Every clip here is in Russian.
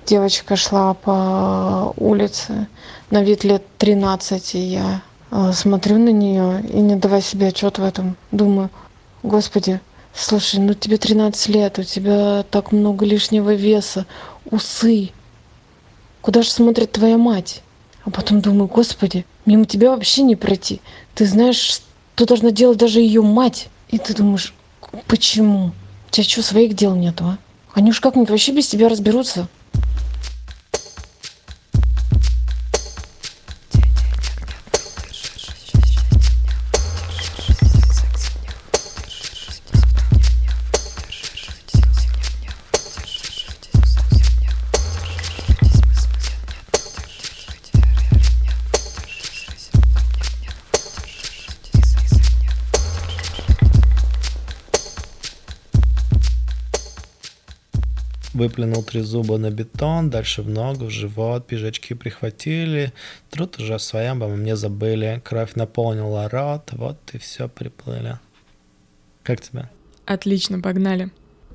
девочка шла по улице, на вид лет 13, и я смотрю на нее и не давая себе отчет в этом, думаю, господи, слушай, ну тебе 13 лет, у тебя так много лишнего веса, усы, куда же смотрит твоя мать? А потом думаю, господи, мимо тебя вообще не пройти, ты знаешь, что должна делать даже ее мать, и ты думаешь, почему? У тебя что, своих дел нету, а? Они уж как-нибудь вообще без тебя разберутся. Выплюнул 3 зуба на бетон, дальше в ногу, в живот, пижачки прихватили. Труд уже в своем обо мне забыли. Кровь наполнила рот, вот и все, приплыли. Как тебя? Отлично, погнали.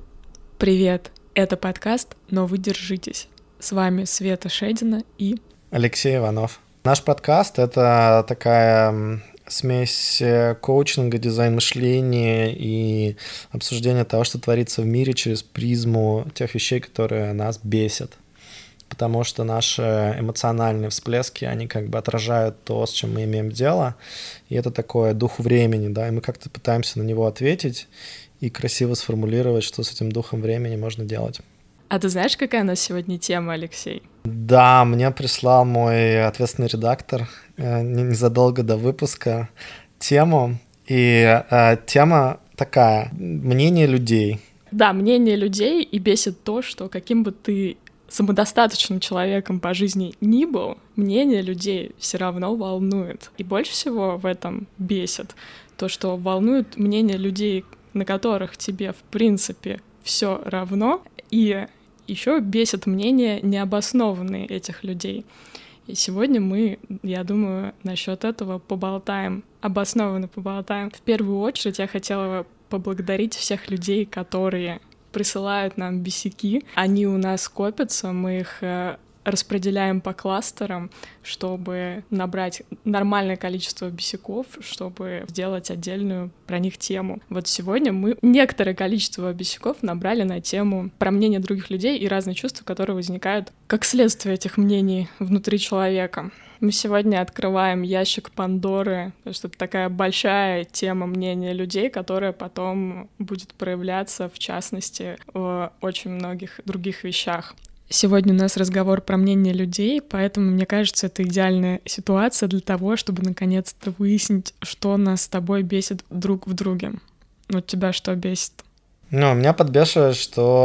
Привет, это подкаст «Но вы держитесь». С вами Света Шедина и... Алексей Иванов. Наш подкаст — это такая смесь коучинга, дизайн-мышления и обсуждения того, что творится в мире через призму тех вещей, которые нас бесят. Потому что наши эмоциональные всплески, они как бы отражают то, с чем мы имеем дело. И это такое духу времени, да, и мы как-то пытаемся на него ответить и красиво сформулировать, что с этим духом времени можно делать. А ты знаешь, какая у нас сегодня тема, Алексей? Да, мне прислал мой ответственный редактор незадолго до выпуска тему. И тема такая: мнение людей. Да, мнение людей, и бесит то, что каким бы ты самодостаточным человеком по жизни ни был, мнение людей все равно волнует. И больше всего в этом бесит то, что волнует мнение людей, на которых тебе, в принципе, все равно, и еще бесит мнение необоснованные этих людей. И сегодня мы, я думаю, насчет этого поболтаем, обоснованно поболтаем. В первую очередь я хотела поблагодарить всех людей, которые присылают нам бесяки. Они у нас копятся, мы их распределяем по кластерам, чтобы набрать нормальное количество бесяков, чтобы сделать отдельную про них тему. Вот сегодня мы некоторое количество бесяков набрали на тему про мнение других людей и разные чувства, которые возникают как следствие этих мнений внутри человека. Мы сегодня открываем ящик Пандоры, потому что это такая большая тема мнения людей, которая потом будет проявляться, в частности, в очень многих других вещах. Сегодня у нас разговор про мнение людей, поэтому, мне кажется, это идеальная ситуация для того, чтобы наконец-то выяснить, что нас с тобой бесит друг в друге. Вот тебя что бесит? Ну, меня подбешивает,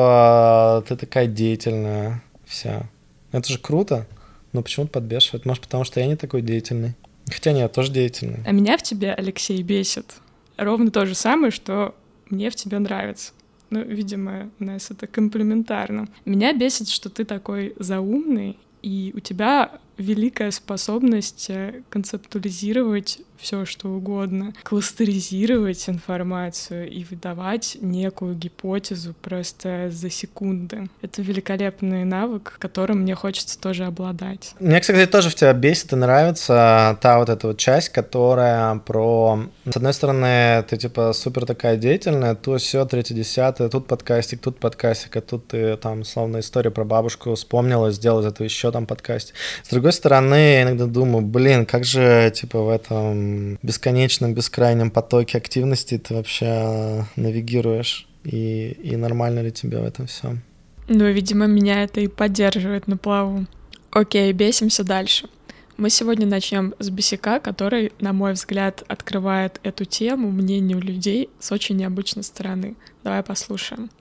что ты такая деятельная вся. Это же круто, но почему-то подбешивает. Может, потому что я не такой деятельный. Хотя нет, я тоже деятельный. А меня в тебе, Алексей, бесит ровно то же самое, что мне в тебе нравится. Ну, видимо, у нас это комплементарно. Меня бесит, что ты такой заумный, и у тебя великая способность концептуализировать все, что угодно, кластеризировать информацию и выдавать некую гипотезу просто за секунды. Это великолепный навык, которым мне хочется тоже обладать. Мне, кстати, тоже в тебя бесит и нравится та вот эта вот часть, которая про... С одной стороны, ты типа супер такая деятельная, то все, 3-10, тут подкастик, а тут ты там, словно историю про бабушку вспомнила, сделала из этого еще там подкастик. С другой стороны, я иногда думаю, блин, как же типа в этом бесконечном, бескрайнем потоке активности ты вообще навигируешь, и нормально ли тебе в этом всем? Ну, видимо, меня это и поддерживает на плаву. Окей, бесимся дальше. Мы сегодня начнем с бесяка, который, на мой взгляд, открывает эту тему мнению людей с очень необычной стороны. Давай послушаем.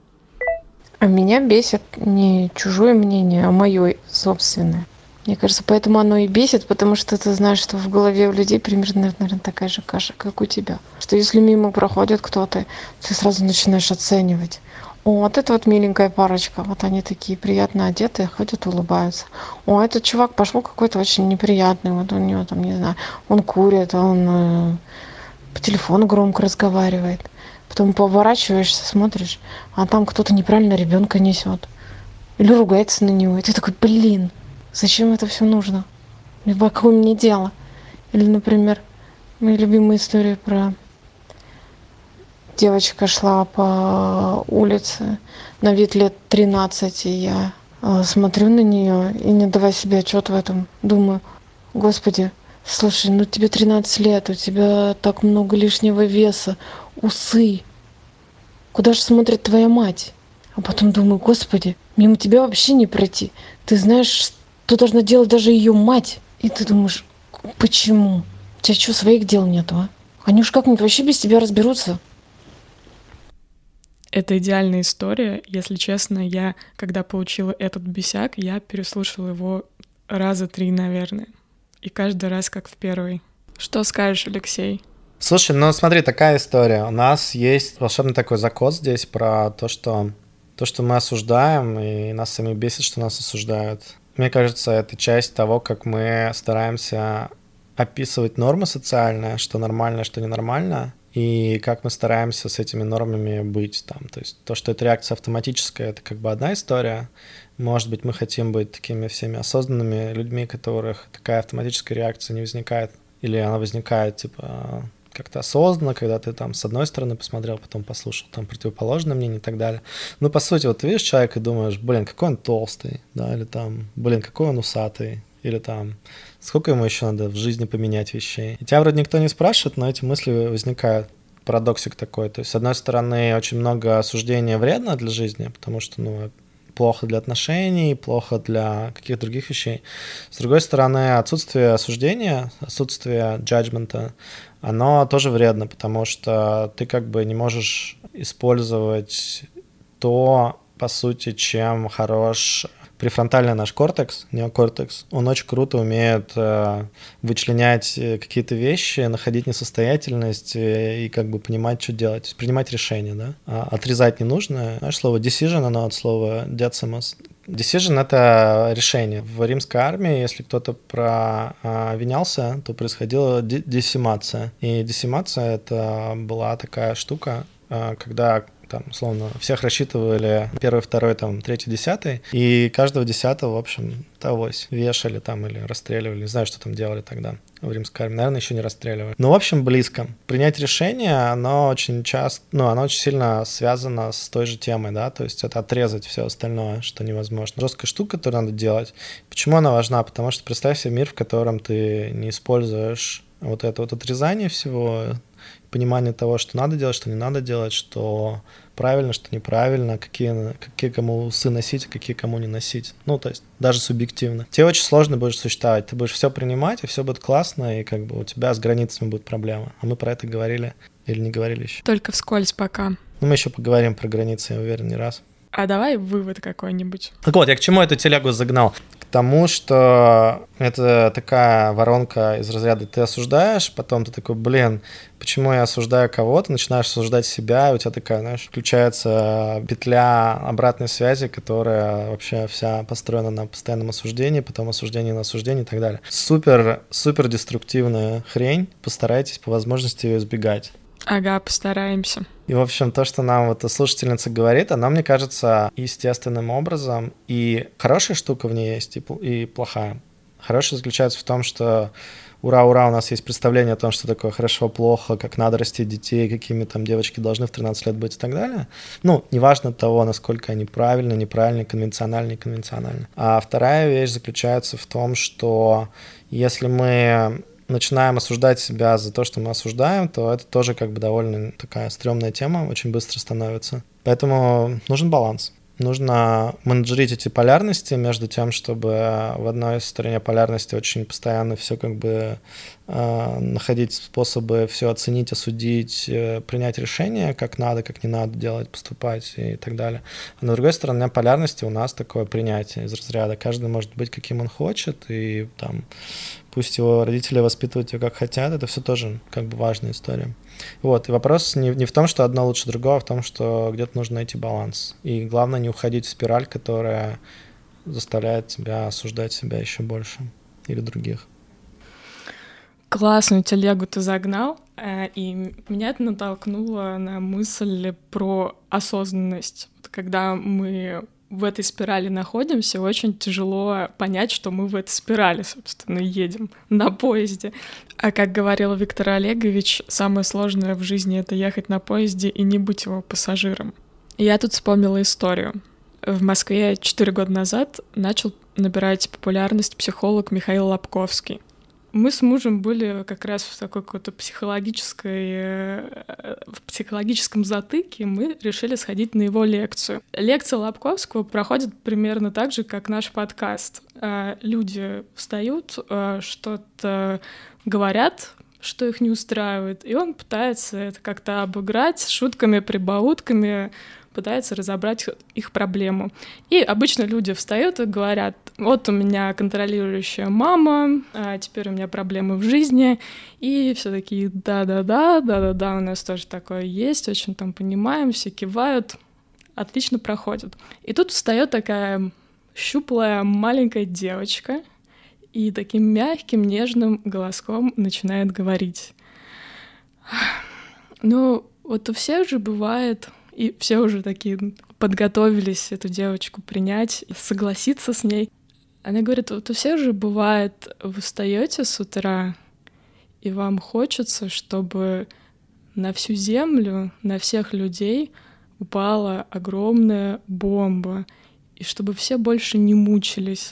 А меня бесит не чужое мнение, а мое собственное. Мне кажется, поэтому оно и бесит, потому что ты знаешь, что в голове у людей примерно, наверное, такая же каша, как у тебя. Что если мимо проходит кто-то, ты сразу начинаешь оценивать. О, вот это вот миленькая парочка, вот они такие приятно одетые, ходят, улыбаются. О, этот чувак пошел какой-то очень неприятный, вот у него там, не знаю, он курит, он по телефону громко разговаривает. Потом поворачиваешься, смотришь, а там кто-то неправильно ребенка несет. или ругается на него. И ты такой, блин, зачем это все нужно? Либо какое мне дело? Или, например, моя любимая история про девочка шла по улице, на вид лет 13, и я смотрю на нее и не давая себе отчет в этом, думаю, господи, слушай, ну тебе 13 лет, у тебя так много лишнего веса, усы, куда же смотрит твоя мать? А потом думаю, господи, мимо тебя вообще не пройти. Ты знаешь, что должна делать даже ее мать. И ты думаешь, почему? У тебя что, своих дел нету, а? Они уж как-нибудь вообще без тебя разберутся. Это идеальная история. Если честно, я, когда получила этот бесяк, я переслушала его раза 3, наверное. И каждый раз как в первый. Что скажешь, Алексей? Слушай, ну смотри, такая история. У нас есть волшебный такой закон здесь про то, что мы осуждаем, и нас самих бесит, что нас осуждают. Мне кажется, это часть того, как мы стараемся описывать нормы социальные, что нормально, что ненормально, и как мы стараемся с этими нормами быть там. То есть то, что это реакция автоматическая, это как бы одна история. Может быть, мы хотим быть такими всеми осознанными людьми, у которых такая автоматическая реакция не возникает, или она возникает, типа, как-то осознанно, когда ты там с одной стороны посмотрел, потом послушал там противоположное мнение и так далее. Ну, по сути, вот ты видишь человека и думаешь, блин, какой он толстый, да, или там, блин, какой он усатый, или там, сколько ему еще надо в жизни поменять вещей. И тебя вроде никто не спрашивает, но эти мысли возникают. Парадоксик такой. То есть, с одной стороны, очень много осуждения вредно для жизни, потому что, ну, плохо для отношений, плохо для каких-то других вещей. С другой стороны, отсутствие осуждения, отсутствие джаджмента, оно тоже вредно, потому что ты как бы не можешь использовать то, по сути, чем хорош префронтальный наш кортекс, неокортекс. Он очень круто умеет вычленять какие-то вещи, находить несостоятельность и как бы понимать, что делать, то есть принимать решения, да. Отрезать не нужно. Знаешь, слово decision, оно от слова decimus. Decision — это решение. В римской армии, если кто-то провинялся, то происходила десимация. И десимация — это была такая штука, когда там, условно, всех рассчитывали 1, 2, там, 3, 10, и каждого 10-го, в общем, авось вешали там или расстреливали, не знаю, что там делали тогда в римской армии, наверное, еще не расстреливали. Ну, в общем, близко. Принять решение, оно очень часто, ну, оно очень сильно связано с той же темой, да, то есть это отрезать все остальное, что невозможно. Жесткая штука, которую надо делать. Почему она важна? Потому что представь себе мир, в котором ты не используешь вот это вот отрезание всего, понимание того, что надо делать, что не надо делать, что правильно, что неправильно, какие кому усы носить, а какие кому не носить. Ну, то есть даже субъективно. Тебе очень сложно будет существовать. Ты будешь все принимать, и все будет классно, и как бы у тебя с границами будет проблема. А мы про это говорили или не говорили еще? Только вскользь пока. Ну, мы еще поговорим про границы, я уверен, не раз. А давай вывод какой-нибудь. Так вот, я к чему эту телегу загнал? К тому, что это такая воронка из разряда ты осуждаешь, потом ты такой, блин, почему я осуждаю кого-то, начинаешь осуждать себя, и у тебя такая, знаешь, включается петля обратной связи, которая вообще вся построена на постоянном осуждении, потом осуждении на осуждении и так далее. Супер деструктивная хрень, постарайтесь по возможности ее избегать. Ага, постараемся. И, в общем, то, что нам вот слушательница говорит, она, мне кажется, естественным образом. И хорошая штука в ней есть, и плохая. Хорошая заключается в том, что ура, у нас есть представление о том, что такое хорошо-плохо, как надо растить детей, какими там девочки должны в 13 лет быть и так далее. Ну, неважно того, насколько они правильны, неправильны, конвенциональны, неконвенциональны. А вторая вещь заключается в том, что если мы начинаем осуждать себя за то, что мы осуждаем, то это тоже как бы довольно такая стрёмная тема, очень быстро становится. Поэтому нужен баланс. Нужно менеджерить эти полярности между тем, чтобы в одной стороне полярности очень постоянно все как бы находить способы все оценить, осудить, принять решение, как надо, как не надо делать, поступать и так далее. А на другой стороне полярности у нас такое принятие из разряда. Каждый может быть каким он хочет, и там пусть его родители воспитывают его как хотят, это все тоже как бы важная история. Вот, и вопрос не в том, что одно лучше другого, а в том, что где-то нужно найти баланс. И главное не уходить в спираль, которая заставляет тебя осуждать себя еще больше или других. Классную телегу ты загнал, и меня это натолкнуло на мысль про осознанность. Когда мы в этой спирали находимся, очень тяжело понять, что мы в этой спирали, собственно, едем на поезде. А как говорил Виктор Олегович, самое сложное в жизни — это ехать на поезде и не быть его пассажиром. Я тут вспомнила историю. В Москве 4 года назад начал набирать популярность психолог Михаил Лобковский. Мы с мужем были как раз в такой какой-то в психологическом затыке, мы решили сходить на его лекцию. Лекция Лобковского проходит примерно так же, как наш подкаст. Люди встают, что-то говорят, что их не устраивает, и он пытается это как-то обыграть шутками, прибаутками, пытается разобрать их проблему. И обычно люди встают и говорят: вот у меня контролирующая мама, а теперь у меня проблемы в жизни. И все такие: да-да-да, у нас тоже такое есть, очень там понимаем, все кивают, отлично проходит. И тут встает такая щуплая маленькая девочка и таким мягким, нежным голоском начинает говорить: ну, вот у всех же бывает... И все уже такие подготовились эту девочку принять и согласиться с ней. Она говорит: вот у всех же бывает, вы встаете с утра, и вам хочется, чтобы на всю землю, на всех людей упала огромная бомба, и чтобы все больше не мучились.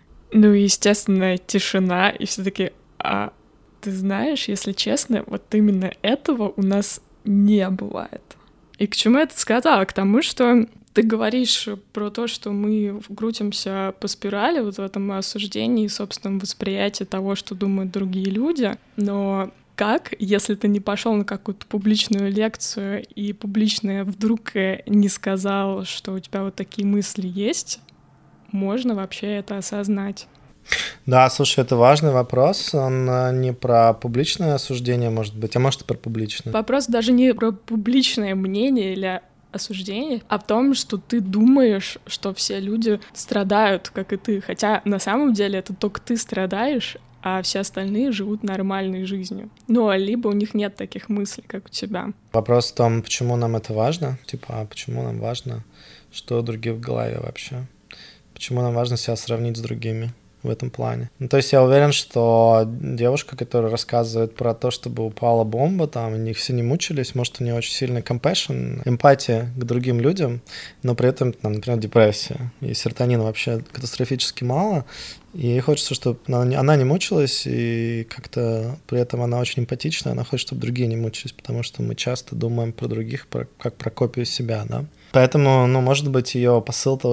Ну и, естественно, тишина, и все таки: а ты знаешь, если честно, вот именно этого у нас не бывает. И к чему я это сказала? К тому, что ты говоришь про то, что мы крутимся по спирали вот в этом осуждении и собственном восприятии того, что думают другие люди, но как, если ты не пошел на какую-то публичную лекцию и публично вдруг не сказал, что у тебя вот такие мысли есть, можно вообще это осознать? Да, слушай, это важный вопрос. Он не про публичное осуждение, может быть, а может и про публичное. Вопрос даже не про публичное мнение или осуждение, а в том, что ты думаешь, что все люди страдают, как и ты. Хотя на самом деле это только ты страдаешь, а все остальные живут нормальной жизнью. Ну, либо у них нет таких мыслей, как у тебя. Вопрос в том, почему нам это важно. Типа, а почему нам важно, что у других в голове вообще? Почему нам важно себя сравнить с другими в этом плане? Ну, то есть я уверен, что девушка, которая рассказывает про то, чтобы упала бомба, там, и все не мучились, может, у нее очень сильный compassion, эмпатия к другим людям, но при этом, там, например, депрессия. И серотонина вообще катастрофически мало, и ей хочется, чтобы она не мучилась, и как-то при этом она очень эмпатична, она хочет, чтобы другие не мучились, потому что мы часто думаем про других, как про копию себя, да. Поэтому, ну, может быть, ее посыл-то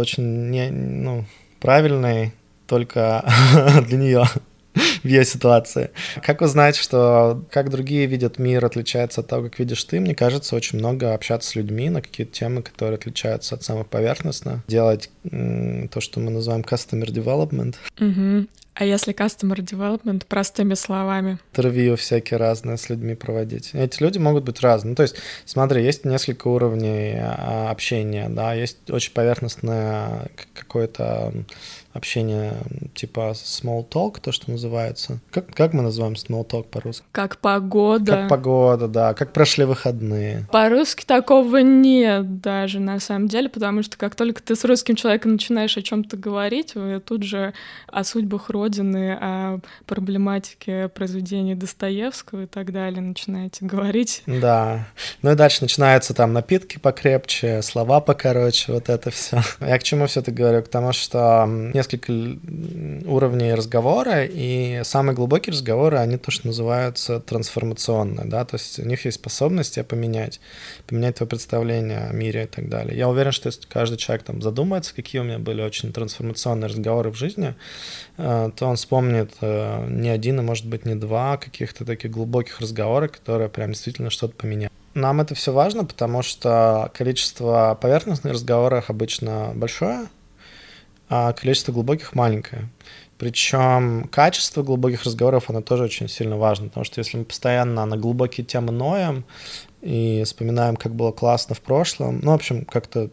очень правильный, только для нее в ее ситуации. Как узнать, что как другие видят мир, отличается от того, как видишь ты? Мне кажется, очень много общаться с людьми на какие-то темы, которые отличаются от самых поверхностных. Делать то, что мы называем customer development. Угу. А если customer development простыми словами? Интервью всякие разные с людьми проводить. Эти люди могут быть разные. Ну, то есть, смотри, есть несколько уровней общения, да, есть очень поверхностное какое-то общение типа small talk, то, что называется. Как мы называем small talk по-русски? Как погода. Как погода, да. Как прошли выходные. По-русски такого нет даже, на самом деле, потому что как только ты с русским человеком начинаешь о чем-то говорить, вы тут же о судьбах Родины, о проблематике произведений Достоевского и так далее начинаете говорить. Да. Ну и дальше начинаются там напитки покрепче, слова покороче, вот это все. Я к чему все это говорю? К тому, что несколько уровней разговора, и самые глубокие разговоры, они то, что называются трансформационные, да, то есть у них есть способность тебя поменять твое представление о мире и так далее. Я уверен, что если каждый человек там задумается, какие у меня были очень трансформационные разговоры в жизни, то он вспомнит не один, а может быть не два каких-то таких глубоких разговора, которые прям действительно что-то поменяли. Нам это все важно, потому что количество поверхностных разговоров обычно большое, а количество глубоких маленькое. Причем качество глубоких разговоров, оно тоже очень сильно важно, потому что если мы постоянно на глубокие темы ноем и вспоминаем, как было классно в прошлом, ну, в общем, как-то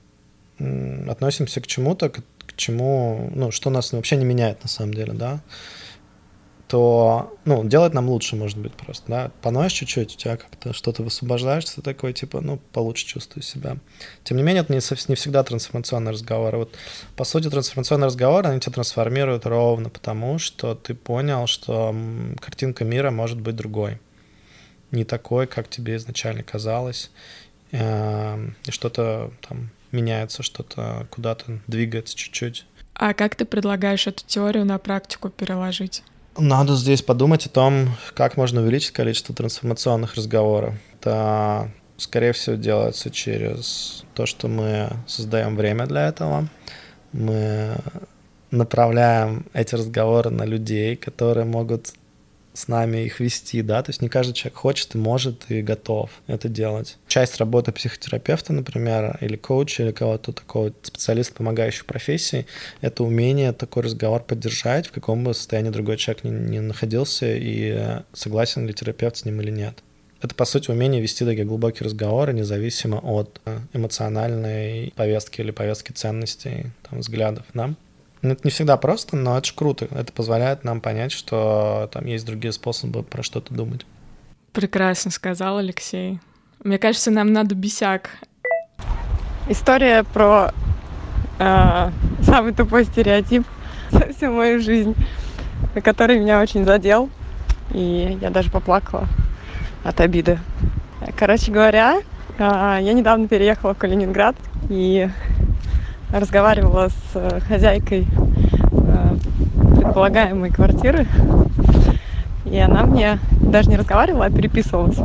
относимся к чему-то, к чему, ну, что нас вообще не меняет на самом деле, да, что, делает нам лучше, может быть, просто, да, поноешь чуть-чуть, у тебя как-то что-то высвобождаешься, такой, типа, получше чувствую себя. Тем не менее, это не всегда трансформационный разговор. Вот, по сути, трансформационный разговор, они тебя трансформируют ровно потому, что ты понял, что картинка мира может быть другой, не такой, как тебе изначально казалось, и что-то там меняется, что-то куда-то двигается чуть-чуть. А как ты предлагаешь эту теорию на практику переложить? Надо здесь подумать о том, как можно увеличить количество трансформационных разговоров. Это, скорее всего, делается через то, что мы создаем время для этого. Мы направляем эти разговоры на людей, которые могут с нами их вести, да, то есть не каждый человек хочет и может и готов это делать. Часть работы психотерапевта, например, или коуча, или кого-то такого специалиста, помогающего профессии, это умение такой разговор поддержать, в каком бы состоянии другой человек не находился, и согласен ли терапевт с ним или нет. Это, по сути, умение вести такие глубокие разговоры, независимо от эмоциональной повестки или повестки ценностей, там, взглядов, да. Это не всегда просто, но это же круто. Это позволяет нам понять, что там есть другие способы про что-то думать. Прекрасно сказал Алексей. Мне кажется, нам надо бесяк. История про самый тупой стереотип за всю мою жизнь, который меня очень задел, и я даже поплакала от обиды. Короче говоря, я недавно переехала в Калининград и разговаривала с хозяйкой предполагаемой квартиры, и она мне даже не разговаривала, а переписывалась.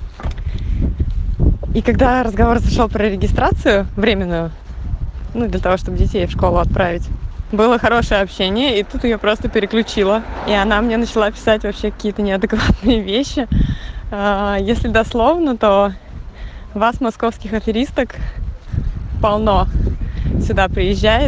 И когда разговор зашел про регистрацию временную, для того, чтобы детей в школу отправить, было хорошее общение, и тут ее просто переключило. И она мне начала писать вообще какие-то неадекватные вещи. Если дословно, то вас, московских аферисток, полно сюда приезжает.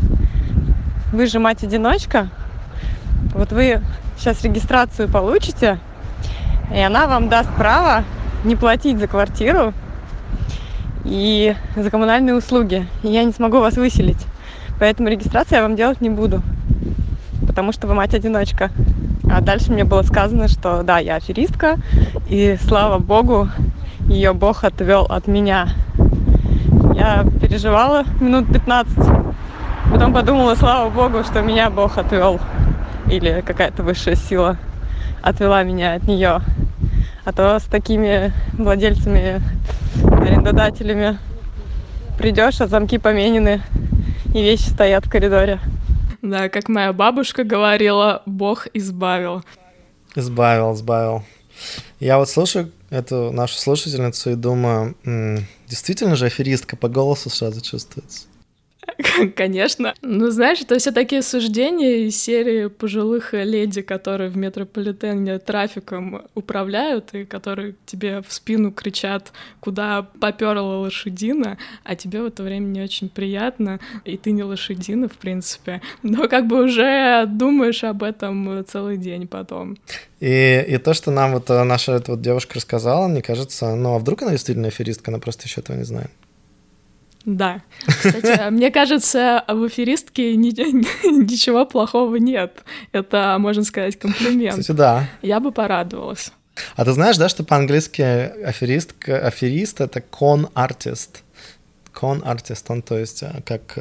Вы же мать-одиночка. Вот вы сейчас регистрацию получите, и она вам даст право не платить за квартиру и за коммунальные услуги. И я не смогу вас выселить. Поэтому регистрацию я вам делать не буду, потому что вы мать-одиночка. А дальше мне было сказано, что да, я аферистка, и слава богу, ее Бог отвел от меня. Я переживала минут 15. Потом подумала, слава богу, что меня Бог отвел. Или какая-то высшая сила отвела меня от нее. А то с такими владельцами, арендодателями придешь, а замки поменены, и вещи стоят в коридоре. Да, как моя бабушка говорила, Бог избавил. Избавил. Я вот слушаю эту нашу слушательницу и думаю, действительно же аферистка по голосу сразу чувствуется. Конечно. Знаешь, это все такие суждения из серии пожилых леди, которые в метрополитене трафиком управляют и которые тебе в спину кричат, куда попёрла лошадина, а тебе в это время не очень приятно, и ты не лошадина, в принципе, но как бы уже думаешь об этом целый день потом. И то, что нам вот наша эта вот девушка рассказала, мне кажется, а вдруг она действительно аферистка, она просто еще этого не знает. Да. Кстати, мне кажется, в аферистке ничего плохого нет. Это, можно сказать, комплимент. Кстати, да. Я бы порадовалась. А ты знаешь, да, что по-английски аферист — это con-artist. Con-artist, он, то есть, как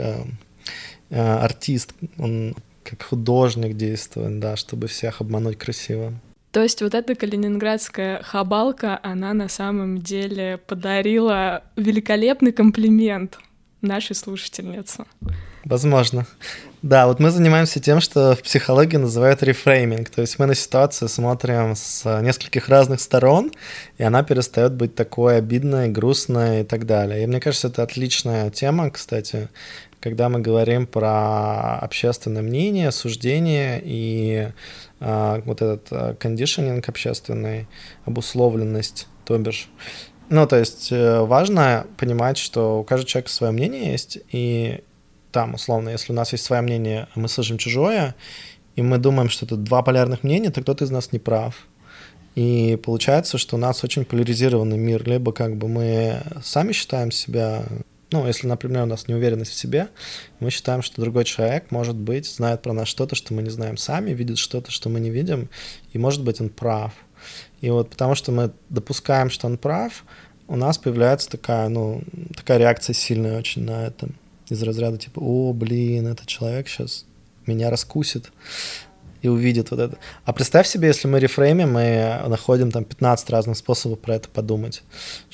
артист, он как художник действует, да, чтобы всех обмануть красиво. То есть вот эта калининградская хабалка, она на самом деле подарила великолепный комплимент нашей слушательнице. Возможно. Да, вот мы занимаемся тем, что в психологии называют рефрейминг. То есть мы на ситуацию смотрим с нескольких разных сторон, и она перестает быть такой обидной, грустной и так далее. И мне кажется, это отличная тема, кстати, когда мы говорим про общественное мнение, суждение и вот этот кондишнинг общественный, обусловленность, то бишь. То есть важно понимать, что у каждого человека свое мнение есть, и там, условно, если у нас есть свое мнение, а мы слышим чужое, и мы думаем, что это два полярных мнения, то кто-то из нас не прав. И получается, что у нас очень поляризированный мир. Либо как бы мы сами считаем себя Ну, если, например, у нас неуверенность в себе, мы считаем, что другой человек, может быть, знает про нас что-то, что мы не знаем сами, видит что-то, что мы не видим, и, может быть, он прав. И вот потому что мы допускаем, что он прав, у нас появляется такая реакция сильная очень на это. Из разряда типа, этот человек сейчас меня раскусит и увидит вот это. А представь себе, если мы рефреймим и находим там 15 разных способов про это подумать,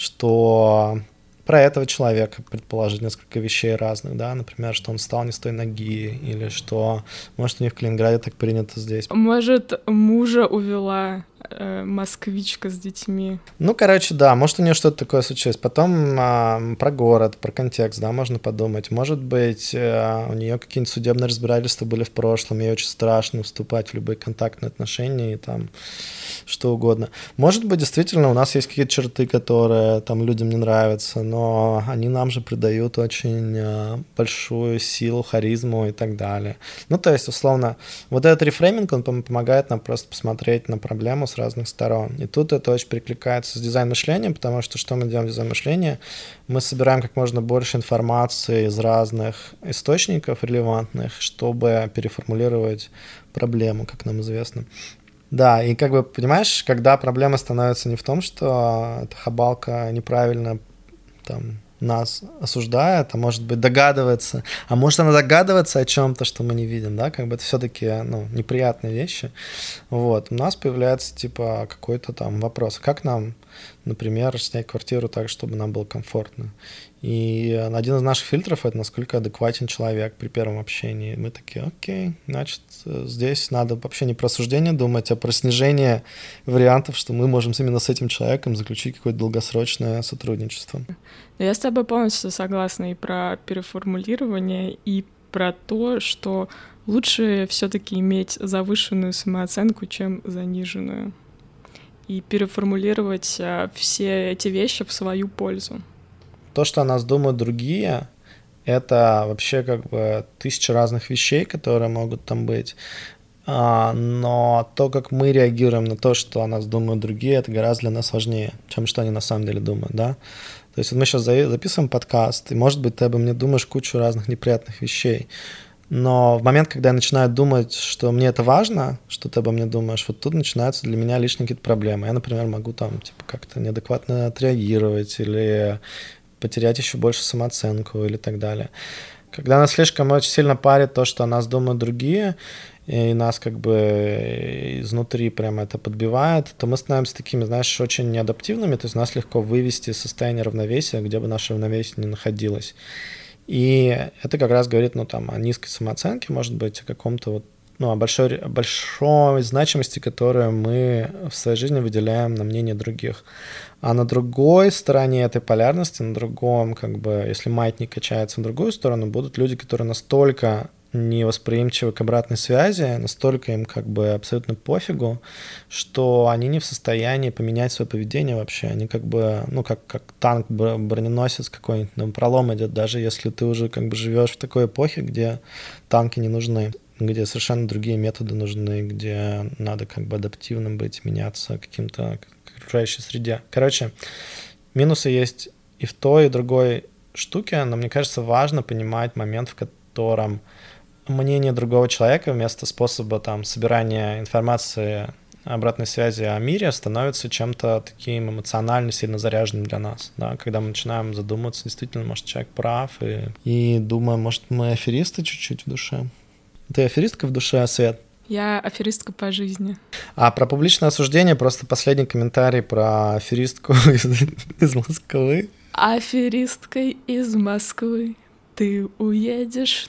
что про этого человека предположить несколько вещей разных, да, например, что он встал не с той ноги, или что, может, у них в Калининграде так принято здесь. Может, мужа увела москвичка с детьми. Ну, короче, да, может, у нее что-то такое случилось. Потом про город, про контекст, да, можно подумать. Может быть, у нее какие-нибудь судебные разбирательства были в прошлом, ей очень страшно вступать в любые контактные отношения и там что угодно. Может быть, действительно, у нас есть какие-то черты, которые там людям не нравятся, но они нам же придают очень большую силу, харизму и так далее. Ну, то есть, условно, вот этот рефрейминг, он помогает нам просто посмотреть на проблему с разных сторон. И тут это очень перекликается с дизайн-мышлением, потому что мы делаем в дизайн-мышлении? Мы собираем как можно больше информации из разных источников релевантных, чтобы переформулировать проблему, как нам известно. Да, и как бы, понимаешь, когда проблема становится не в том, что эта хабалка неправильно там нас осуждает, а может быть догадывается, а может она догадывается о чем-то, что мы не видим, да, как бы это все-таки, неприятные вещи. Вот, у нас появляется, типа, какой-то там вопрос, как нам, например, снять квартиру так, чтобы нам было комфортно. И один из наших фильтров — это насколько адекватен человек при первом общении. Мы такие, окей, значит, здесь надо вообще не про осуждение думать, а про снижение вариантов, что мы можем именно с этим человеком заключить какое-то долгосрочное сотрудничество. Я с тобой полностью согласна и про переформулирование, и про то, что лучше все-таки иметь завышенную самооценку, чем заниженную. И переформулировать все эти вещи в свою пользу. То, что о нас думают другие, это вообще как бы 1000 разных вещей, которые могут там быть. Но то, как мы реагируем на то, что о нас думают другие, это гораздо для нас важнее, чем что они на самом деле думают, да. То есть вот мы сейчас записываем подкаст, и, может быть, ты обо мне думаешь кучу разных неприятных вещей, но в момент, когда я начинаю думать, что мне это важно, что ты обо мне думаешь, вот тут начинаются для меня лишние какие-то проблемы. Я, например, могу там типа как-то неадекватно отреагировать или потерять еще больше самооценку или так далее. Когда нас слишком очень сильно парит то, что о нас думают другие, и нас как бы изнутри прямо это подбивает, то мы становимся такими, знаешь, очень неадаптивными, то есть нас легко вывести из состояния равновесия, где бы наше равновесие ни находилось. И это как раз говорит, о низкой самооценке, может быть, о каком-то о большой значимости, которую мы в своей жизни выделяем на мнение других. А на другой стороне этой полярности, на другом, если маятник качается в другую сторону, будут люди, которые настолько невосприимчивы к обратной связи, настолько им абсолютно пофигу, что они не в состоянии поменять свое поведение вообще. Они как танк, броненосец какой-нибудь, на пролом идет, даже если ты уже живешь в такой эпохе, где танки не нужны, где совершенно другие методы нужны, где надо адаптивным быть, меняться каким-то к окружающей среде. Короче, минусы есть и в той, и в другой штуке, но мне кажется, важно понимать момент, в котором мнение другого человека вместо способа собирания информации, обратной связи о мире становится чем-то таким эмоционально сильно заряженным для нас, да, когда мы начинаем задумываться, действительно, может, человек прав, и думаем, может, мы аферисты чуть-чуть в душе. Ты аферистка в душе, Свет? Я аферистка по жизни. А про публичное осуждение просто последний комментарий про аферистку из Москвы. Аферисткой из Москвы ты уедешь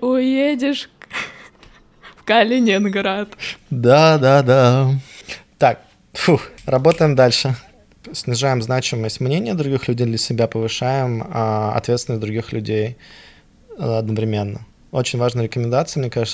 в Калининград. Да. Так, работаем дальше. Снижаем значимость мнения других людей для себя, повышаем ответственность других людей одновременно. Очень важная рекомендация, мне кажется,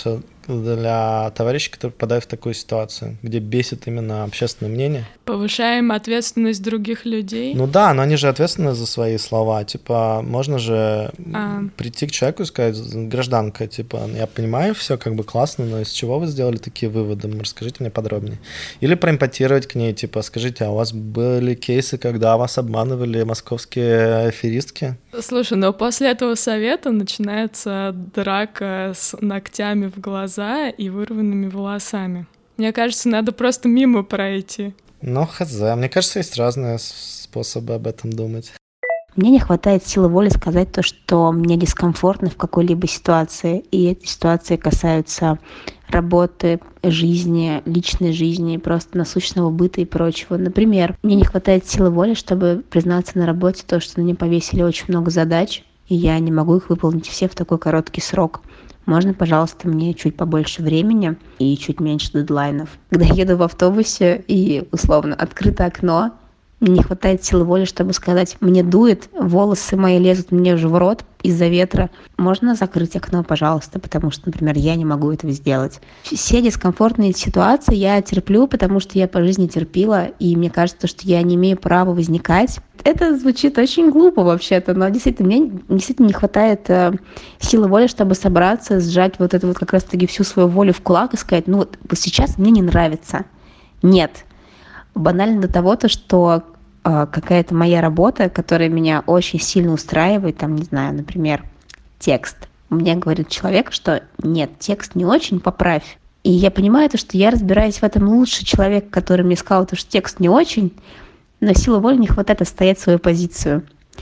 для товарищей, которые попадают в такую ситуацию, где бесит именно общественное мнение? Повышаем ответственность других людей. Ну да, но они же ответственны за свои слова. Типа, можно же прийти к человеку и сказать: гражданка, типа, я понимаю, все как бы классно, но из чего вы сделали такие выводы? Расскажите мне подробнее. Или проэмпатировать к ней, типа, скажите, а у вас были кейсы, когда вас обманывали московские аферистки? Слушай, но после этого совета начинается драка с ногтями в глаза и вырванными волосами. Мне кажется, надо просто мимо пройти. Ну, хз. Мне кажется, есть разные способы об этом думать. Мне не хватает силы воли сказать то, что мне дискомфортно в какой-либо ситуации. И эти ситуации касаются работы, жизни, личной жизни, просто насущного быта и прочего. Например, мне не хватает силы воли, чтобы признаться на работе то, что на меня повесили очень много задач, и я не могу их выполнить все в такой короткий срок. Можно, пожалуйста, мне чуть побольше времени и чуть меньше дедлайнов? Когда я еду в автобусе и, условно, открыто окно, мне не хватает силы воли, чтобы сказать: мне дует, волосы мои лезут мне уже в рот из-за ветра. Можно закрыть окно, пожалуйста, потому что, например, я не могу этого сделать. Все дискомфортные ситуации я терплю, потому что я по жизни терпила, и мне кажется, что я не имею права возникать. Это звучит очень глупо вообще-то, но действительно, мне действительно не хватает силы воли, чтобы собраться, сжать вот это вот как раз-таки всю свою волю в кулак и сказать: ну вот сейчас мне не нравится. Нет. Банально до того, что какая-то моя работа, которая меня очень сильно устраивает, там, не знаю, например, текст. Мне говорит человек, что нет, текст не очень, поправь. И я понимаю, что я разбираюсь в этом лучше человека, который мне сказал, что текст не очень, но силы воли не хватает отстоять свою позицию.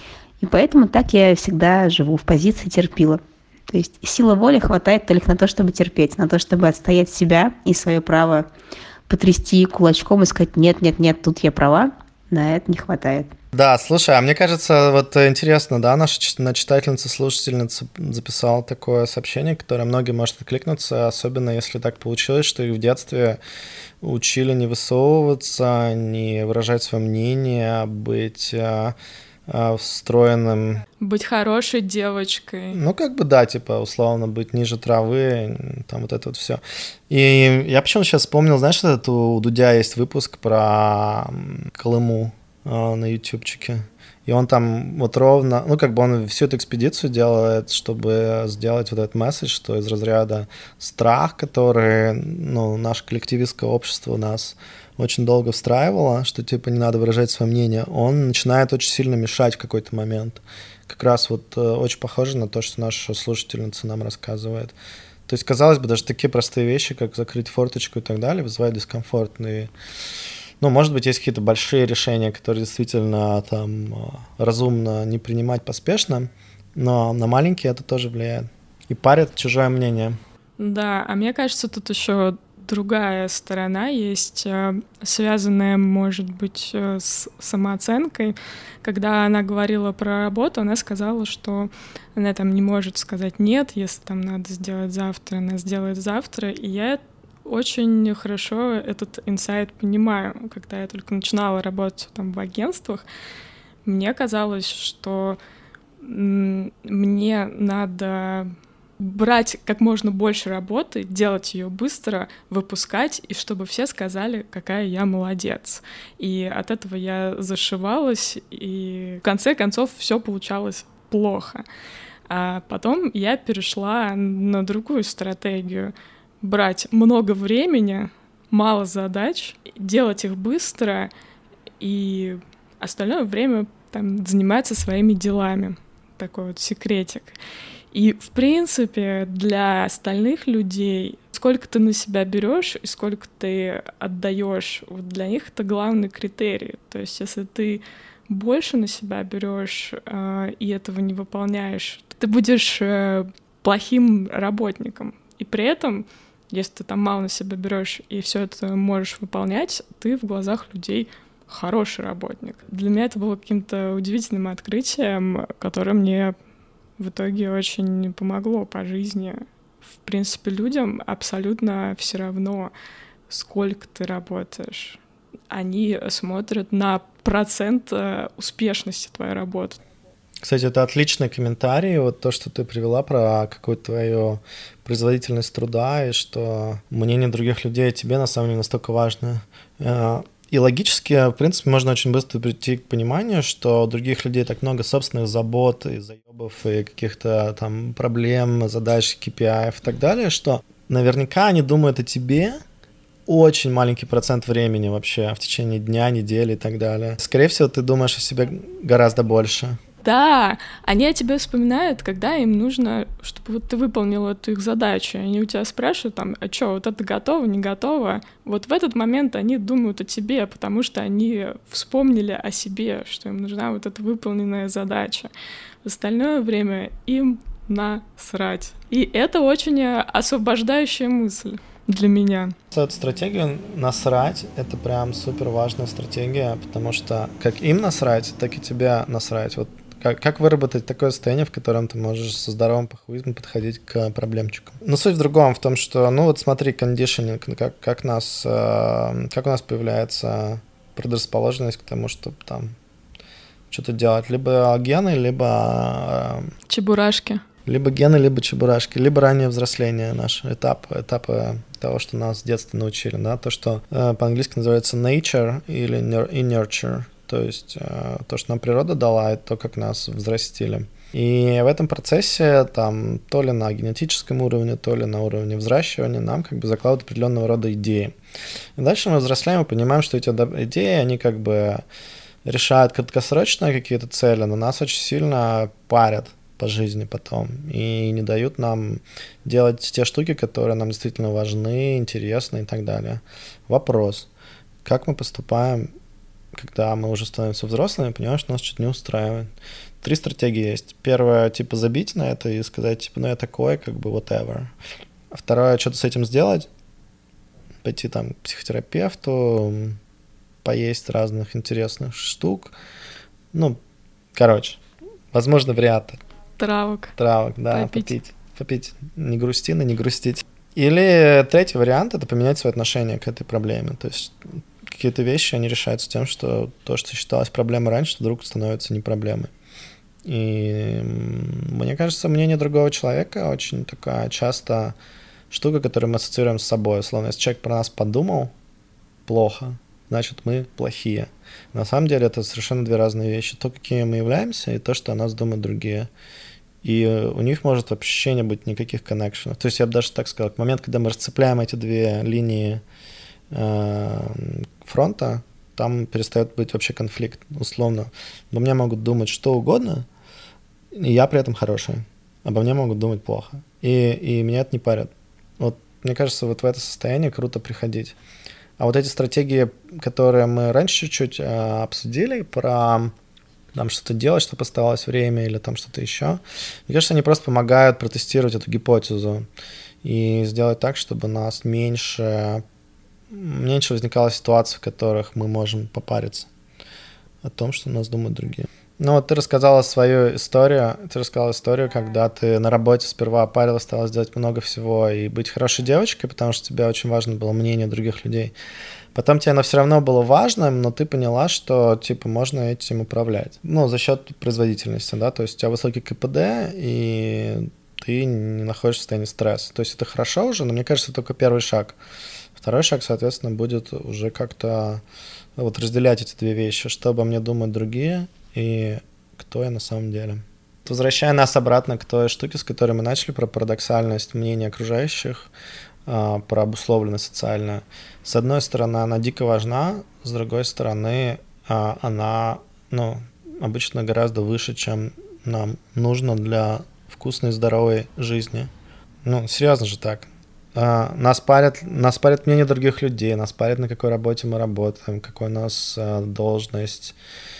И поэтому так я всегда живу в позиции терпила. То есть силы воли хватает только на то, чтобы терпеть, на то, чтобы отстоять себя и свое право потрясти кулачком и сказать: нет, нет, нет, тут я права. На это не хватает. Да, слушай, а мне кажется, вот интересно, да, наша читательница, слушательница записала такое сообщение, которое многим может откликнуться, особенно если так получилось, что их в детстве учили не высовываться, не выражать свое мнение, быть встроенным. Быть хорошей девочкой. Ну, как бы, да, типа, условно, быть ниже травы, там вот это вот все. И я почему-то сейчас вспомнил, знаешь, этот у Дудя есть выпуск про Колыму на ютубчике. И он там вот ровно, ну, как бы он всю эту экспедицию делает, чтобы сделать вот этот месседж, что из разряда страх, который, ну, наше коллективистское общество у нас очень долго встраивало, что, типа, не надо выражать свое мнение, он начинает очень сильно мешать в какой-то момент. Как раз вот очень похоже на то, что наша слушательница нам рассказывает. То есть, казалось бы, даже такие простые вещи, как закрыть форточку и так далее, вызывают дискомфорт. И, ну, может быть, есть какие-то большие решения, которые действительно там разумно не принимать поспешно, но на маленькие это тоже влияет. И парит чужое мнение. Да, а мне кажется, тут еще другая сторона есть, связанная, может быть, с самооценкой. Когда она говорила про работу, она сказала, что она там не может сказать «нет», если там надо сделать завтра, она сделает завтра. И я очень хорошо этот инсайт понимаю. Когда я только начинала работать там в агентствах, мне казалось, что мне надо брать как можно больше работы, делать ее быстро, выпускать, и чтобы все сказали, какая я молодец. И от этого я зашивалась, и в конце концов все получалось плохо. А потом я перешла на другую стратегию. Брать много времени, мало задач, делать их быстро, и остальное время там заниматься своими делами. Такой вот секретик. И, в принципе, для остальных людей, сколько ты на себя берешь и сколько ты отдаешь, вот для них это главный критерий. То есть, если ты больше на себя берешь и этого не выполняешь, ты будешь плохим работником. И при этом, если ты там мало на себя берешь и все это можешь выполнять, ты в глазах людей хороший работник. Для меня это было каким-то удивительным открытием, которое мне в итоге очень помогло по жизни. В принципе, людям абсолютно все равно, сколько ты работаешь. Они смотрят на процент успешности твоей работы. Кстати, это отличный комментарий, вот то, что ты привела про какую-то твою производительность труда, и что мнение других людей о тебе на самом деле настолько важно. И логически, в принципе, можно очень быстро прийти к пониманию, что у других людей так много собственных забот и заебов, и каких-то там проблем, задач, KPI и так далее, что наверняка они думают о тебе очень маленький процент времени вообще в течение дня, недели и так далее. Скорее всего, ты думаешь о себе гораздо больше. Да, они о тебе вспоминают, когда им нужно, чтобы вот ты выполнил эту их задачу. Они у тебя спрашивают там, а что, вот это готово, не готово? Вот в этот момент они думают о тебе, потому что они вспомнили о себе, что им нужна вот эта выполненная задача. В остальное время им насрать. И это очень освобождающая мысль для меня. Эту стратегию насрать — это прям супер важная стратегия, потому что как им насрать, так и тебе насрать. Вот как выработать такое состояние, в котором ты можешь со здоровым похуизмом подходить к проблемчикам? Но суть в другом, в том, что, ну вот смотри, кондишнинг, как у нас появляется предрасположенность к тому, чтобы там что-то делать. Либо гены, либо... Чебурашки. Либо гены, либо чебурашки, либо раннее взросление, наш этапы того, что нас с детства научили, да, то, что по-английски называется nature или nurture, то есть то, что нам природа дала, и то, как нас взрастили. И в этом процессе там то ли на генетическом уровне, то ли на уровне взращивания нам как бы закладывают определенного рода идеи. И дальше мы взрослеем и понимаем, что эти идеи, они как бы решают краткосрочные какие-то цели, но нас очень сильно парят по жизни потом и не дают нам делать те штуки, которые нам действительно важны, интересны и так далее. Вопрос: как мы поступаем, когда мы уже становимся взрослыми и понимаем, что нас что-то не устраивает? 3 стратегии есть. Первая, типа, забить на это и сказать, типа, ну я такой, как бы, whatever. Второе, что-то с этим сделать, пойти там к психотерапевту, поесть разных интересных штук. Ну, короче, возможно, варианты. Травок, да, попить. Не грусти, но не грустить. Или третий вариант — это поменять свое отношение к этой проблеме. То есть какие-то вещи, они решаются тем, что то, что считалось проблемой раньше, вдруг становится не проблемой. И мне кажется, мнение другого человека очень такая часто штука, которую мы ассоциируем с собой. Условно, если человек про нас подумал плохо, значит, мы плохие. На самом деле это совершенно 2 разные вещи. То, какими мы являемся, и то, что о нас думают другие. И у них может вообще не быть никаких коннекшенов. То есть я бы даже так сказал, к моменту, когда мы расцепляем эти 2 линии фронта, там перестает быть вообще конфликт, условно. Обо мне могут думать что угодно, и я при этом хороший. Обо мне могут думать плохо. И меня это не парит. Вот мне кажется, вот в это состояние круто приходить. А вот эти стратегии, которые мы раньше чуть-чуть обсудили, про там что-то делать, чтобы оставалось время или там что-то еще, мне кажется, они просто помогают протестировать эту гипотезу и сделать так, чтобы у нас меньше возникало ситуаций, в которых мы можем попариться о том, что нас думают другие. Ну вот ты рассказала свою историю, когда ты на работе сперва парилась, стала делать много всего и быть хорошей девочкой, потому что тебе очень важно было мнение других людей. Потом тебе оно все равно было важным, но ты поняла, что типа можно этим управлять. Ну, за счет производительности, да, то есть у тебя высокий КПД, и ты не находишься в состоянии стресса. То есть это хорошо уже, но мне кажется, это только первый шаг. Второй шаг, соответственно, будет уже как-то вот разделять эти 2 вещи, что обо мне думают другие и кто я на самом деле. Возвращая нас обратно к той штуке, с которой мы начали, про парадоксальность мнения окружающих, про обусловленность социальную. С одной стороны, она дико важна, с другой стороны, она, обычно гораздо выше, чем нам нужно для вкусной, здоровой жизни. Ну, серьезно же так. Нас парят мнение других людей, нас парят, на какой работе мы работаем, какая у нас должность,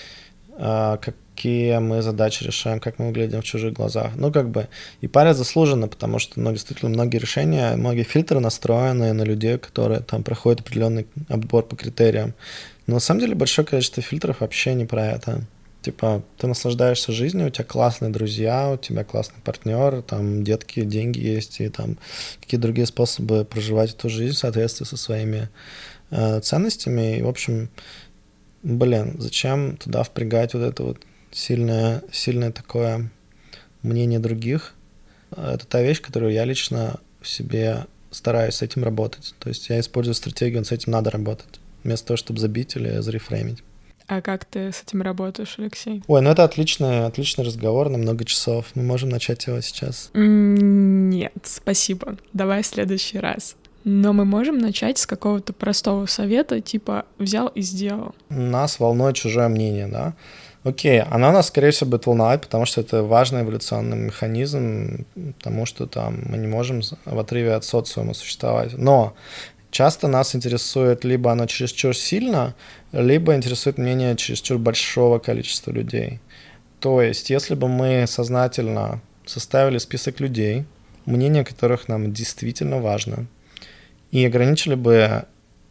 какие мы задачи решаем, как мы выглядим в чужих глазах. Ну, как бы, и парят заслуженно, потому что, действительно, многие решения, многие фильтры настроены на людей, которые там проходят определенный отбор по критериям. Но на самом деле большое количество фильтров вообще не про это. Типа, ты наслаждаешься жизнью, у тебя классные друзья, у тебя классный партнер, там детки, деньги есть, и там какие другие способы проживать эту жизнь в соответствии со своими ценностями. И, в общем, зачем туда впрягать вот эту вот сильное такое мнение других. Это та вещь, которую я лично в себе стараюсь с этим работать. То есть я использую стратегию, с этим надо работать, вместо того, чтобы забить или зарефреймить. А как ты с этим работаешь, Алексей? Ой, ну это отличный разговор на много часов. Мы можем начать его сейчас. Нет, спасибо. Давай в следующий раз. Но мы можем начать с какого-то простого совета, типа «взял и сделал». Нас волнует чужое мнение, да? Окей, оно нас, скорее всего, будет волновать, потому что это важный эволюционный механизм, потому что там мы не можем в отрыве от социума существовать. Но часто нас интересует либо оно чересчур сильно, либо интересует мнение чересчур большого количества людей. То есть, если бы мы сознательно составили список людей, мнение которых нам действительно важно, и ограничили бы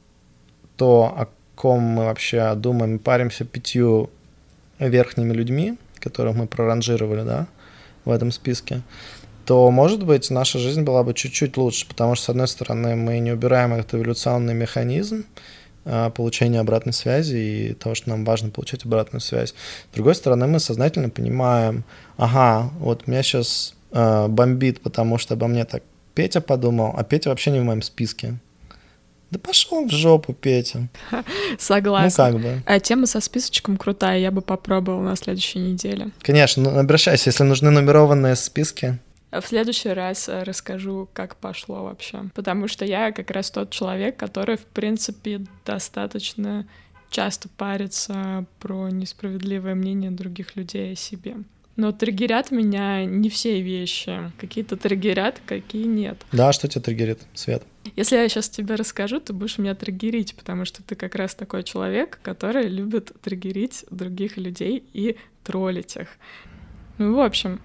то, о ком мы вообще думаем, паримся 5 верхними людьми, которых мы проранжировали, да, в этом списке, то, может быть, наша жизнь была бы чуть-чуть лучше, потому что, с одной стороны, мы не убираем этот эволюционный механизм получения обратной связи и того, что нам важно получать обратную связь. С другой стороны, мы сознательно понимаем, ага, вот меня сейчас бомбит, потому что обо мне так Петя подумал, а Петя вообще не в моем списке. Да пошел в жопу, Петя. Согласна. Ну, как бы. А тема со списочком крутая, я бы попробовала на следующей неделе. Конечно, ну, обращайся, если нужны нумерованные списки. В следующий раз расскажу, как пошло вообще. Потому что я как раз тот человек, который, в принципе, достаточно часто парится про несправедливое мнение других людей о себе. Но триггерят меня не все вещи. Какие-то триггерят, какие нет. Да, что тебя триггерит, Свет? Если я сейчас тебе расскажу, ты будешь меня триггерить, потому что ты как раз такой человек, который любит триггерить других людей и троллить их. Ну, в общем,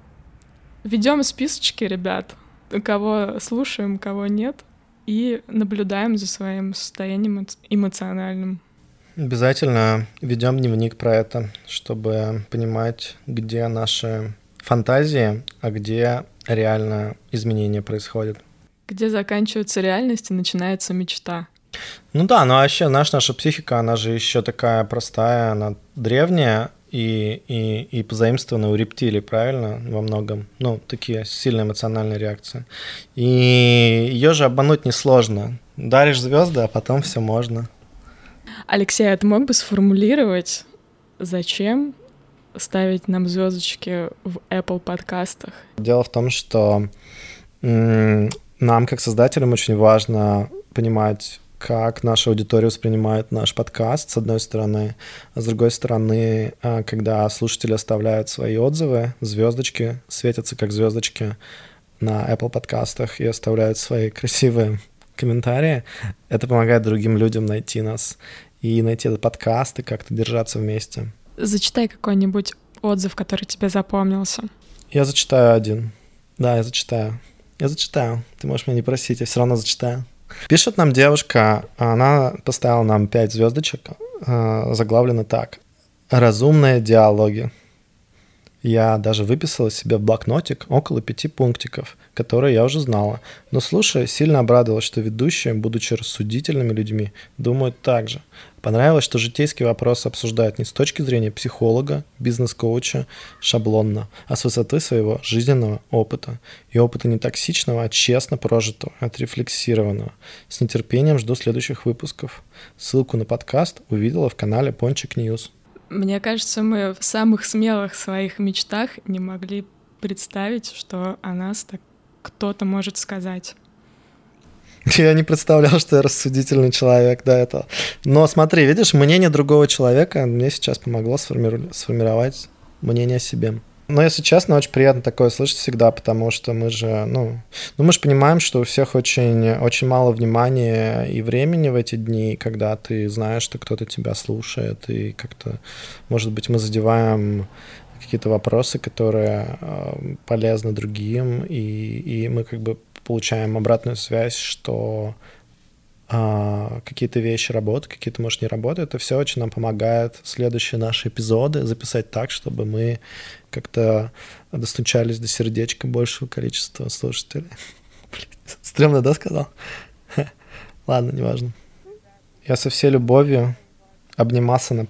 ведем списочки, ребят, кого слушаем, кого нет, и наблюдаем за своим состоянием эмоциональным. Обязательно ведем дневник про это, чтобы понимать, где наши фантазии, а где реально изменения происходят. Где заканчивается реальность и начинается мечта. Ну да, но вообще наша психика, она же еще такая простая, она древняя и позаимствована у рептилий, правильно, во многом. Ну, такие сильные эмоциональные реакции. И ее же обмануть несложно. Даришь звезды, а потом все можно. Алексей, а ты мог бы сформулировать, зачем ставить нам звездочки в Apple подкастах? Дело в том, что нам, как создателям, очень важно понимать, как наша аудитория воспринимает наш подкаст, с одной стороны, а с другой стороны, когда слушатели оставляют свои отзывы, звездочки светятся как звездочки на Apple подкастах и оставляют свои красивые комментарии, это помогает другим людям найти нас и найти этот подкаст и как-то держаться вместе. Зачитай какой-нибудь отзыв, который тебе запомнился. Я зачитаю один. Да, я зачитаю. Ты можешь меня не просить, я все равно зачитаю. Пишет нам девушка, она поставила нам 5 звездочек, заглавлено так. Разумные диалоги. Я даже выписала себе в блокнотик около 5 пунктиков, которые я уже знала. Но слушая, сильно обрадовалась, что ведущие, будучи рассудительными людьми, думают так же. Понравилось, что житейские вопросы обсуждают не с точки зрения психолога, бизнес-коуча, шаблонно, а с высоты своего жизненного опыта. И опыта не токсичного, а честно прожитого, отрефлексированного. С нетерпением жду следующих выпусков. Ссылку на подкаст увидела в канале Пончик Ньюс. Мне кажется, мы в самых смелых своих мечтах не могли представить, что о нас так кто-то может сказать. Я не представлял, что я рассудительный человек до этого. Но смотри, видишь, мнение другого человека мне сейчас помогло сформировать мнение о себе. Но, если честно, очень приятно такое слышать всегда, потому что мы же, мы же понимаем, что у всех очень, очень мало внимания и времени в эти дни, когда ты знаешь, что кто-то тебя слушает, и как-то, может быть, мы задеваем какие-то вопросы, которые полезны другим, и мы как бы получаем обратную связь, что какие-то вещи работают, какие-то, может, не работают. Это все очень нам помогает следующие наши эпизоды записать так, чтобы мы как-то достучались до сердечка большего количества слушателей. Стремно, да, сказал? Ладно, неважно. Я со всей любовью обнимался на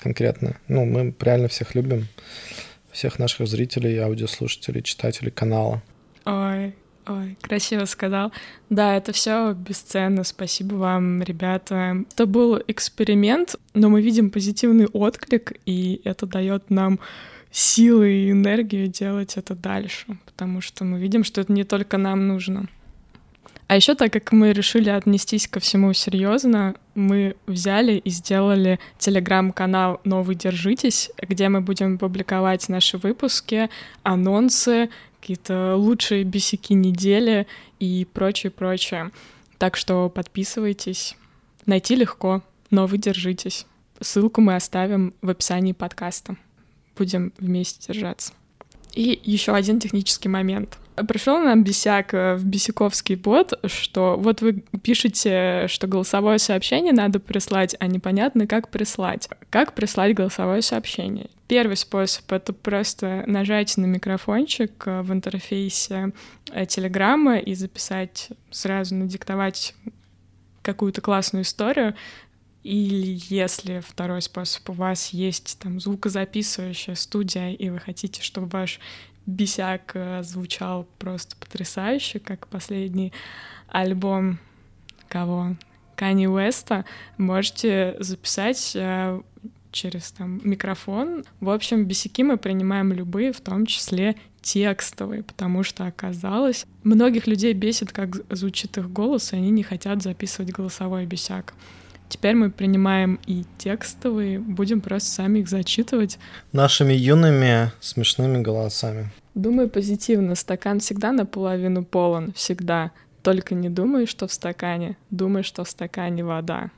конкретно. Мы реально всех любим. Всех наших зрителей, аудиослушателей, читателей канала. Ой, красиво сказал. Да, это все бесценно. Спасибо вам, ребята. Это был эксперимент, но мы видим позитивный отклик, и это дает нам силы и энергию делать это дальше, потому что мы видим, что это не только нам нужно. А еще, так как мы решили отнестись ко всему серьезно, мы взяли и сделали телеграм-канал «Новый Держитесь», где мы будем публиковать наши выпуски, анонсы, какие-то лучшие бесяки недели и прочее. Так что подписывайтесь. Найти легко. «Новый Держитесь». Ссылку мы оставим в описании подкаста. Будем вместе держаться. И еще один технический момент. Пришел нам бесяк в бесяковский бот, что вот вы пишете, что голосовое сообщение надо прислать, а непонятно, как прислать. Как прислать голосовое сообщение? Первый способ — это просто нажать на микрофончик в интерфейсе Телеграма и записать, сразу надиктовать какую-то классную историю. Или если второй способ, у вас есть там звукозаписывающая студия, и вы хотите, чтобы ваш бесяк звучал просто потрясающе, как последний альбом Канье Уэста, можете записать через микрофон. В общем, бесяки мы принимаем любые, в том числе текстовые, потому что оказалось, многих людей бесит, как звучит их голос, и они не хотят записывать голосовой бесяк. Теперь мы принимаем и текстовые, будем просто сами их зачитывать. Нашими юными смешными голосами. Думай позитивно, стакан всегда наполовину полон, всегда. Только не думай, что в стакане, думай, что в стакане вода.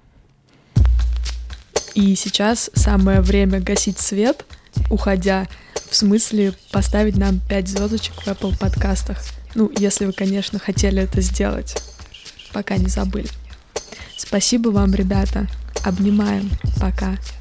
И сейчас самое время гасить свет, уходя, в смысле поставить нам 5 звездочек в Apple подкастах. Если вы, конечно, хотели это сделать, пока не забыли. Спасибо вам, ребята. Обнимаем. Пока.